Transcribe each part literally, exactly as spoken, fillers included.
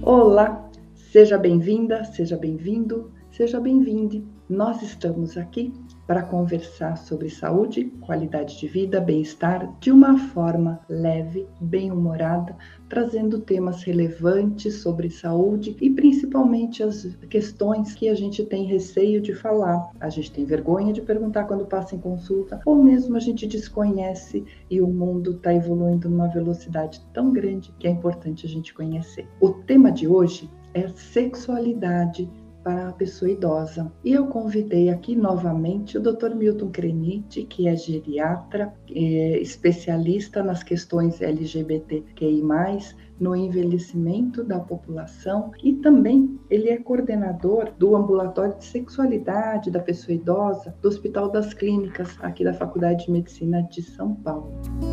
Olá, seja bem-vinda, seja bem-vindo, seja bem-vinde. Nós estamos aqui para conversar sobre saúde, qualidade de vida, bem-estar, de uma forma leve, bem-humorada, trazendo temas relevantes sobre saúde e principalmente as questões que a gente tem receio de falar. A gente tem vergonha de perguntar quando passa em consulta, ou mesmo a gente desconhece e o mundo está evoluindo numa velocidade tão grande que é importante a gente conhecer. O tema de hoje é sexualidade para a pessoa idosa. E eu convidei aqui novamente o doutor Milton Creniti, que é geriatra, é especialista nas questões L G B T Q I mais, no envelhecimento da população, e também ele é coordenador do ambulatório de sexualidade da pessoa idosa do Hospital das Clínicas, aqui da Faculdade de Medicina de São Paulo.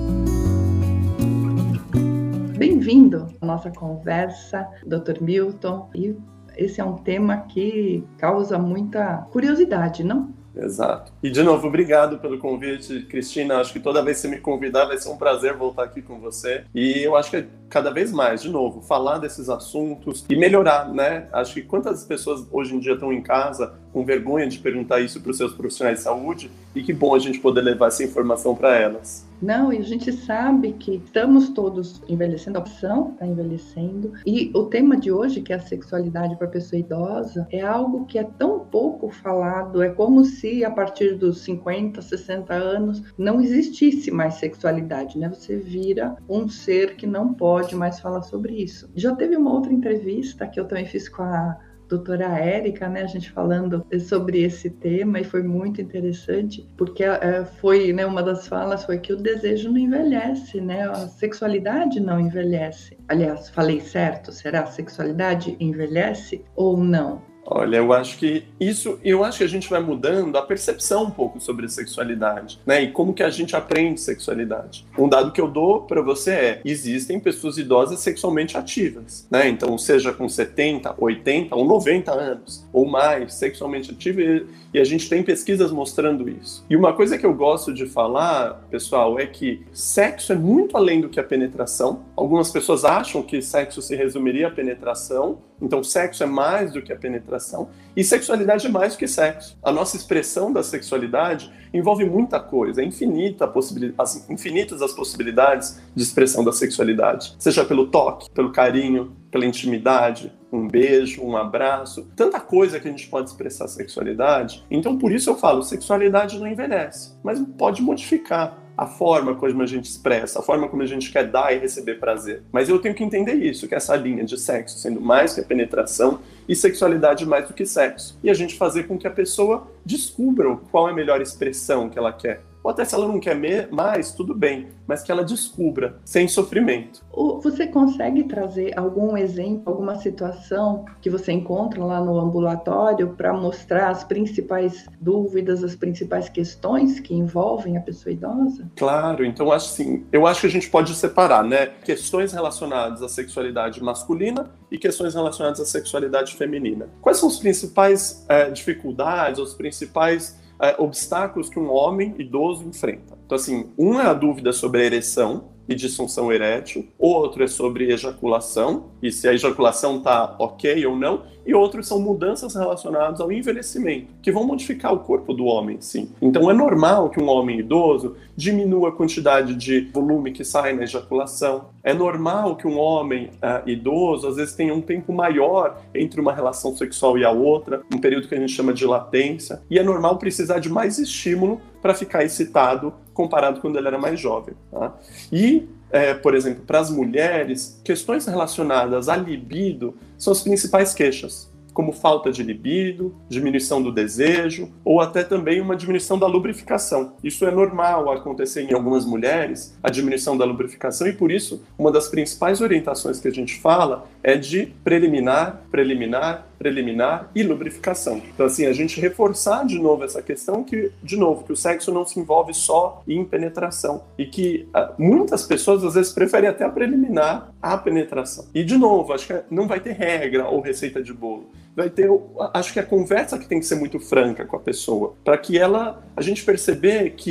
Bem-vindo à nossa conversa, doutor Milton, e esse é um tema que causa muita curiosidade, não? Exato. E, de novo, obrigado pelo convite, Cristina. Acho que toda vez que você me convidar vai ser um prazer voltar aqui com você. E eu acho que cada vez mais, de novo, falar desses assuntos e melhorar, né? Acho que quantas pessoas hoje em dia estão em casa com vergonha de perguntar isso para os seus profissionais de saúde, e que bom a gente poder levar essa informação para elas. Não, e a gente sabe que estamos todos envelhecendo, a opção está envelhecendo, e o tema de hoje, que é a sexualidade para a pessoa idosa, é algo que é tão pouco falado, é como se a partir dos cinquenta, sessenta anos não existisse mais sexualidade, né? Você vira um ser que não pode mais falar sobre isso. Já teve uma outra entrevista que eu também fiz com a doutora Érica, né, a gente falando sobre esse tema, e foi muito interessante, porque é, foi, né, uma das falas foi que o desejo não envelhece, né, a sexualidade não envelhece. Aliás, falei certo? Será a sexualidade envelhece ou não? Olha, eu acho que isso, eu acho que a gente vai mudando a percepção um pouco sobre sexualidade, né? E como que a gente aprende sexualidade. Um dado que eu dou para você é: existem pessoas idosas sexualmente ativas, né? Então, seja com setenta, oitenta ou noventa anos ou mais, sexualmente ativa, e a gente tem pesquisas mostrando isso. E uma coisa que eu gosto de falar, pessoal, é que sexo é muito além do que a penetração. Algumas pessoas acham que sexo se resumiria à penetração, então sexo é mais do que a penetração, e sexualidade é mais do que sexo. A nossa expressão da sexualidade envolve muita coisa, é infinita as, infinitas as possibilidades de expressão da sexualidade, seja pelo toque, pelo carinho, pela intimidade, um beijo, um abraço, tanta coisa que a gente pode expressar a sexualidade. Então, por isso eu falo, sexualidade não envelhece, mas pode modificar a forma como a gente expressa, a forma como a gente quer dar e receber prazer. Mas eu tenho que entender isso, que essa linha de sexo sendo mais que a penetração e sexualidade mais do que sexo. E a gente fazer com que a pessoa descubra qual é a melhor expressão que ela quer. Ou até se ela não quer mais, tudo bem, mas que ela descubra, sem sofrimento. Você consegue trazer algum exemplo, alguma situação que você encontra lá no ambulatório para mostrar as principais dúvidas, as principais questões que envolvem a pessoa idosa? Claro, então assim, eu acho que a gente pode separar, né? Questões relacionadas à sexualidade masculina e questões relacionadas à sexualidade feminina. Quais são as principais é, dificuldades, os principais É, obstáculos que um homem idoso enfrenta? Então, assim, um é a dúvida sobre a ereção e disfunção erétil, outro é sobre ejaculação, e se a ejaculação está ok ou não, e outros são mudanças relacionadas ao envelhecimento, que vão modificar o corpo do homem, sim. Então é normal que um homem idoso diminua a quantidade de volume que sai na ejaculação, é normal que um homem uh, idoso, às vezes, tenha um tempo maior entre uma relação sexual e a outra, um período que a gente chama de latência, e é normal precisar de mais estímulo para ficar excitado comparado quando ele era mais jovem, tá? E, é, por exemplo, para as mulheres, questões relacionadas à libido são as principais queixas, como falta de libido, diminuição do desejo, ou até também uma diminuição da lubrificação. Isso é normal acontecer em algumas mulheres, a diminuição da lubrificação, e por isso uma das principais orientações que a gente fala é de preliminar, preliminar, preliminar e lubrificação. Então, assim, a gente reforçar de novo essa questão que, de novo, que o sexo não se envolve só em penetração, e que uh, muitas pessoas às vezes preferem até a preliminar à penetração. E, de novo, acho que não vai ter regra ou receita de bolo. Vai ter, acho que a conversa que tem que ser muito franca com a pessoa, para que ela, a gente perceber que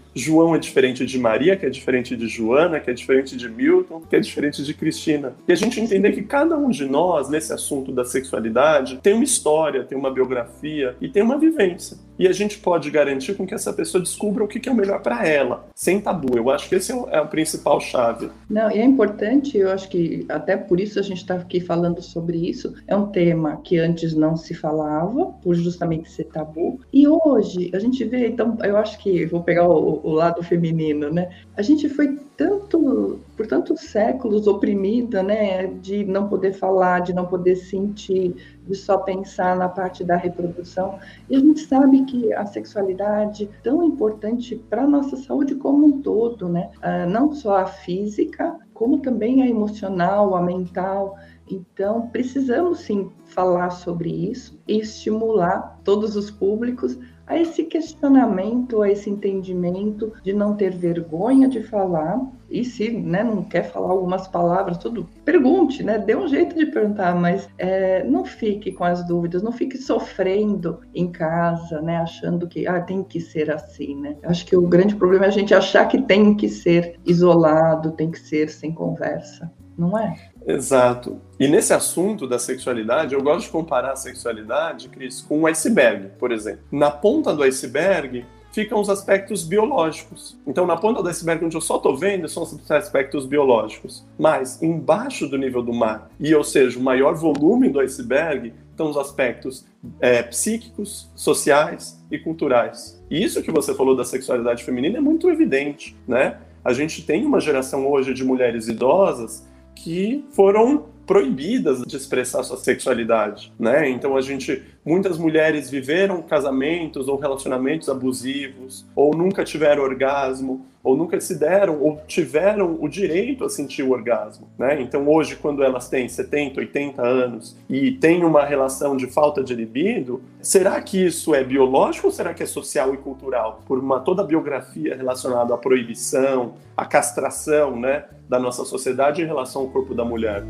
João é diferente de Maria, que é diferente de Joana, que é diferente de Milton, que é diferente de Cristina. E a gente entender que cada um de nós, nesse assunto da sexualidade, tem uma história, tem uma biografia e tem uma vivência. E a gente pode garantir com que essa pessoa descubra o que é o melhor para ela, sem tabu. Eu acho que esse é a principal chave. Não, e é importante, eu acho que até por isso a gente está aqui falando sobre isso. É um tema que antes não se falava, por justamente ser tabu. E hoje a gente vê, então, eu acho que vou pegar o, o lado feminino, né? A gente foi tanto, por tantos séculos oprimida, né? De não poder falar, de não poder sentir, de só pensar na parte da reprodução. E a gente sabe que a sexualidade é tão importante para a nossa saúde como um todo, né? Ah, não só a física, como também a emocional, a mental. Então, precisamos sim falar sobre isso e estimular todos os públicos a esse questionamento, a esse entendimento de não ter vergonha de falar. E se, né, não quer falar algumas palavras, tudo, pergunte, né? Dê um jeito de perguntar, mas é, não fique com as dúvidas, não fique sofrendo em casa, né? Achando que ah, tem que ser assim, né? Eu acho que o grande problema é a gente achar que tem que ser isolado, tem que ser sem conversa, não é? Exato. E nesse assunto da sexualidade, eu gosto de comparar a sexualidade, Cris, com um iceberg, por exemplo. Na ponta do iceberg ficam os aspectos biológicos. Então, na ponta do iceberg, onde eu só estou vendo, são os aspectos biológicos. Mas, embaixo do nível do mar, e ou seja, o maior volume do iceberg, estão os aspectos é, psíquicos, sociais e culturais. E isso que você falou da sexualidade feminina é muito evidente, né? A gente tem uma geração hoje de mulheres idosas que foram proibidas de expressar sua sexualidade, né? Então a gente, muitas mulheres viveram casamentos ou relacionamentos abusivos, ou nunca tiveram orgasmo, ou nunca se deram, ou tiveram o direito a sentir o orgasmo, né? Então hoje, quando elas têm setenta, oitenta anos e têm uma relação de falta de libido, será que isso é biológico ou será que é social e cultural? Por uma toda a biografia relacionada à proibição, à castração, né, da nossa sociedade em relação ao corpo da mulher.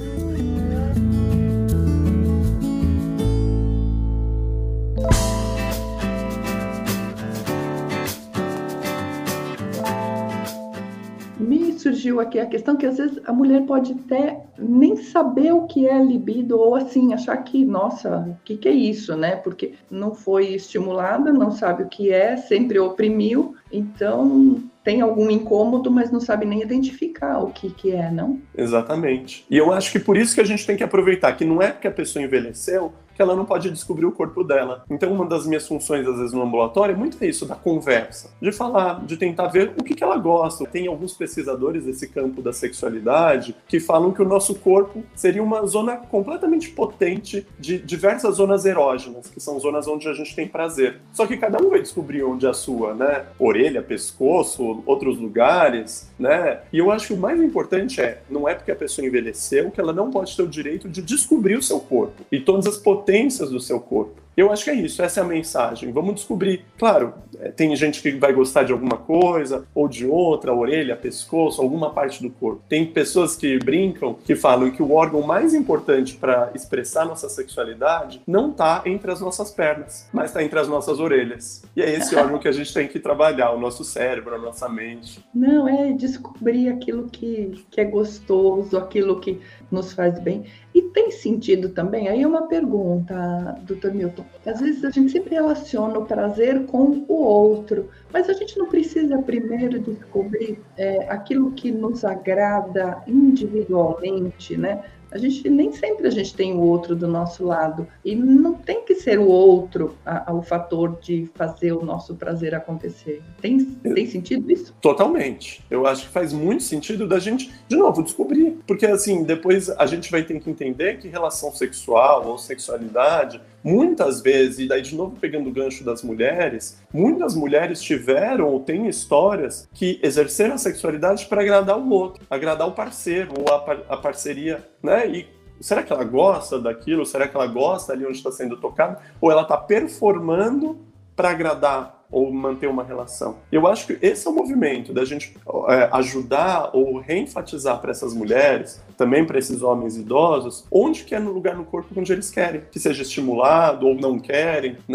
Me surgiu aqui a questão que às vezes a mulher pode até nem saber o que é libido ou assim, achar que, nossa, o que, que é isso, né? Porque não foi estimulada, não sabe o que é, sempre oprimiu, então tem algum incômodo, mas não sabe nem identificar o que, que é, não? Exatamente. E eu acho que por isso que a gente tem que aproveitar, que não é porque a pessoa envelheceu que ela não pode descobrir o corpo dela. Então, uma das minhas funções, às vezes, no ambulatório é muito isso, da conversa, de falar, de tentar ver o que, que ela gosta. Tem alguns pesquisadores desse campo da sexualidade que falam que o nosso corpo seria uma zona completamente potente de diversas zonas erógenas, que são zonas onde a gente tem prazer. Só que cada um vai descobrir onde é a sua, né? Orelha, pescoço, outros lugares, né? E eu acho que o mais importante é, não é porque a pessoa envelheceu que ela não pode ter o direito de descobrir o seu corpo e todas as potências do seu corpo. Eu acho que é isso, essa é a mensagem. Vamos descobrir. Claro, tem gente que vai gostar de alguma coisa, ou de outra, orelha, pescoço, alguma parte do corpo. Tem pessoas que brincam, que falam que o órgão mais importante para expressar nossa sexualidade não está entre as nossas pernas, mas está entre as nossas orelhas. E é esse órgão que a gente tem que trabalhar, o nosso cérebro, a nossa mente. Não, é descobrir aquilo que, que é gostoso, aquilo que nos faz bem. E tem sentido também, aí é uma pergunta, doutor Milton, às vezes a gente sempre relaciona o prazer com o outro, mas a gente não precisa primeiro descobrir é, aquilo que nos agrada individualmente, né? A gente, nem sempre a gente tem o outro do nosso lado, e não tem que ser o outro a, a, o fator de fazer o nosso prazer acontecer. Tem, tem sentido isso? Totalmente. Eu acho que faz muito sentido da gente, de novo, descobrir. Porque, assim, depois a gente vai ter que entender que relação sexual ou sexualidade, muitas vezes, e daí de novo pegando o gancho das mulheres, muitas mulheres tiveram ou têm histórias que exerceram a sexualidade para agradar o outro, agradar o parceiro ou a, par- a parceria, né? E será que ela gosta daquilo? Será que ela gosta ali onde está sendo tocado? Ou ela está performando para agradar ou manter uma relação? Eu acho que esse é o movimento da gente é, ajudar ou reenfatizar para essas mulheres, também para esses homens idosos, onde que é no lugar no corpo onde eles querem, que seja estimulado ou não querem, né?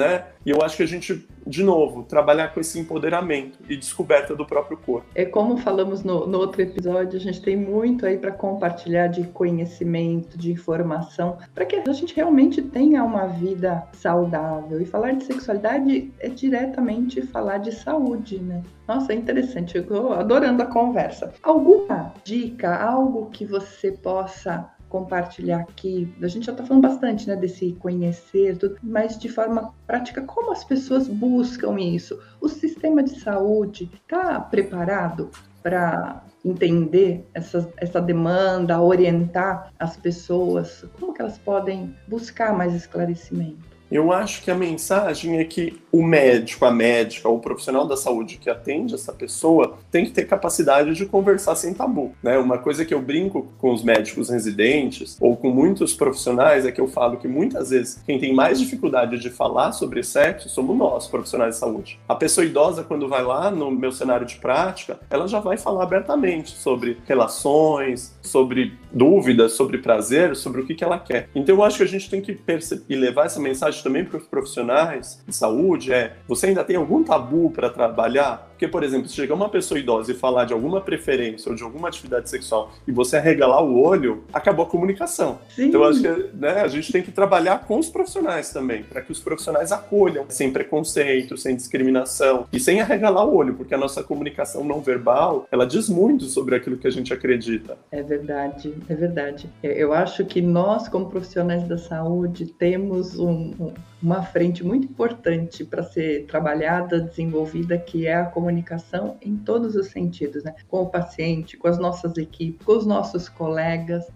E eu acho que a gente, de novo, trabalhar com esse empoderamento e descoberta do próprio corpo. É como falamos no, no outro episódio, a gente tem muito aí para compartilhar de conhecimento, de informação, para que a gente realmente tenha uma vida saudável. E falar de sexualidade é diretamente falar de saúde, né? Nossa, é interessante, eu estou adorando a conversa. Alguma dica, algo que você possa compartilhar aqui? A gente já está falando bastante, né, desse conhecer, tudo, mas de forma prática, como as pessoas buscam isso? O sistema de saúde está preparado para entender essa, essa demanda, orientar as pessoas? Como que elas podem buscar mais esclarecimento? Eu acho que a mensagem é que o médico, a médica, ou o profissional da saúde que atende essa pessoa tem que ter capacidade de conversar sem tabu, né? Uma coisa que eu brinco com os médicos residentes ou com muitos profissionais é que eu falo que muitas vezes quem tem mais dificuldade de falar sobre sexo somos nós, profissionais de saúde. A pessoa idosa, quando vai lá no meu cenário de prática, ela já vai falar abertamente sobre relações, sobre dúvidas, sobre prazer, sobre o que, que ela quer. Então eu acho que a gente tem que perceber e levar essa mensagem também para os profissionais de saúde é, você ainda tem algum tabu para trabalhar? Porque, por exemplo, se chegar uma pessoa idosa e falar de alguma preferência ou de alguma atividade sexual e você arregalar o olho, acabou a comunicação. Sim. Então, eu acho que né, a gente tem que trabalhar com os profissionais também, para que os profissionais acolham, sem preconceito, sem discriminação e sem arregalar o olho, porque a nossa comunicação não verbal, ela diz muito sobre aquilo que a gente acredita. É verdade, é verdade. Eu acho que nós, como profissionais da saúde, temos um, um, uma frente muito importante para ser trabalhada, desenvolvida, que é a comunicação comunicação em todos os sentidos, né? Com o paciente, com as nossas equipes, com os nossos colegas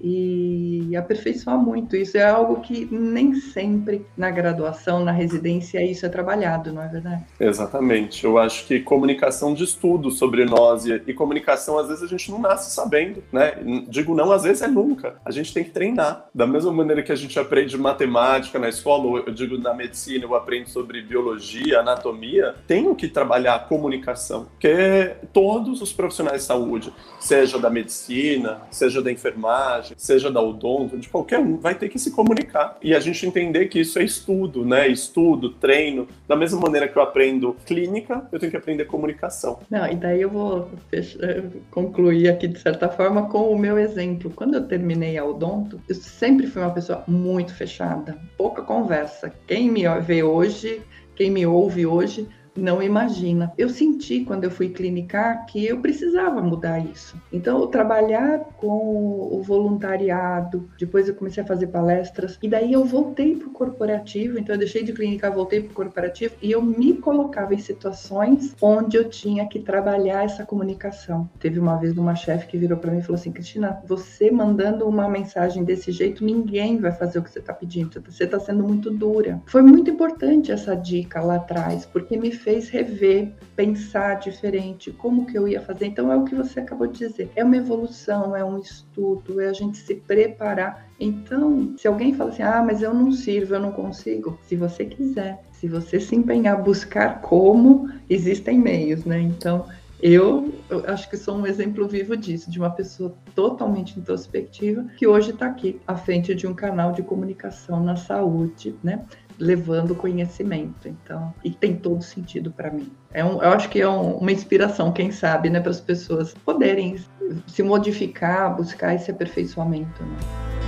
e aperfeiçoar muito. Isso é algo que nem sempre na graduação, na residência, isso é trabalhado, não é verdade? Exatamente. Eu acho que comunicação de estudo sobre nós e, e comunicação, às vezes, a gente não nasce sabendo, né? Digo não, às vezes é nunca. A gente tem que treinar. Da mesma maneira que a gente aprende matemática na escola, ou eu digo na medicina, eu aprendo sobre biologia, anatomia, tenho que trabalhar a comunicação. Porque todos os profissionais de saúde, seja da medicina, seja da enfermagem, seja da odonto, de qualquer um, vai ter que se comunicar. E a gente entender que isso é estudo, né? Estudo, treino. Da mesma maneira que eu aprendo clínica, eu tenho que aprender comunicação. Não, e daí eu vou fechar, concluir aqui, de certa forma, com o meu exemplo. Quando eu terminei a odonto, eu sempre fui uma pessoa muito fechada, pouca conversa. Quem me vê hoje, quem me ouve hoje, não imagina. Eu senti, quando eu fui clinicar, que eu precisava mudar isso. Então, eu trabalhar com o voluntariado, depois eu comecei a fazer palestras, e daí eu voltei para o corporativo, então eu deixei de clinicar, voltei para o corporativo, e eu me colocava em situações onde eu tinha que trabalhar essa comunicação. Teve uma vez uma chefe que virou para mim e falou assim, Cristina, você mandando uma mensagem desse jeito, ninguém vai fazer o que você está pedindo, você está sendo muito dura. Foi muito importante essa dica lá atrás, porque me fez fez rever, pensar diferente, como que eu ia fazer. Então é o que você acabou de dizer, é uma evolução, é um estudo, é a gente se preparar. Então, se alguém fala assim, ah, mas eu não sirvo, eu não consigo, se você quiser, se você se empenhar, buscar como, existem meios, né? Então, eu, eu acho que sou um exemplo vivo disso, de uma pessoa totalmente introspectiva, que hoje está aqui, à frente de um canal de comunicação na saúde, né? Levando conhecimento, então, e tem todo sentido para mim. É um, eu acho que é um, uma inspiração, quem sabe, né, para as pessoas poderem se modificar, buscar esse aperfeiçoamento, né?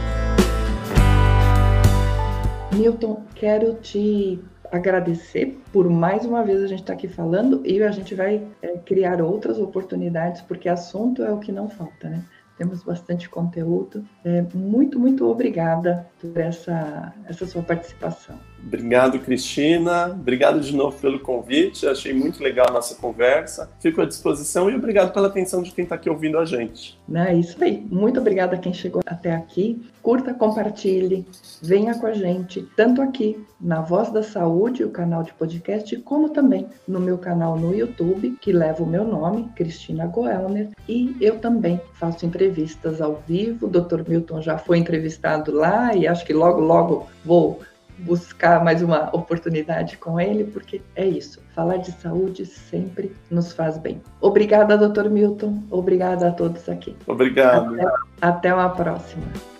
Milton, quero te agradecer por mais uma vez a gente estar aqui falando e a gente vai é, criar outras oportunidades, porque assunto é o que não falta, né? Temos bastante conteúdo. É, muito, muito obrigada por essa, essa sua participação. Obrigado, Cristina. Obrigado de novo pelo convite. Achei muito legal a nossa conversa. Fico à disposição e obrigado pela atenção de quem está aqui ouvindo a gente. É isso aí. Muito obrigada a quem chegou até aqui. Curta, compartilhe, venha com a gente, tanto aqui na Voz da Saúde, o canal de podcast, como também no meu canal no YouTube, que leva o meu nome, Cristina Goellner, e eu também faço entrevistas ao vivo. O doutor Milton já foi entrevistado lá e acho que logo, logo vou buscar mais uma oportunidade com ele, porque é isso, falar de saúde sempre nos faz bem. Obrigada, doutor Milton, obrigada a todos aqui. Obrigado. Até, até uma próxima.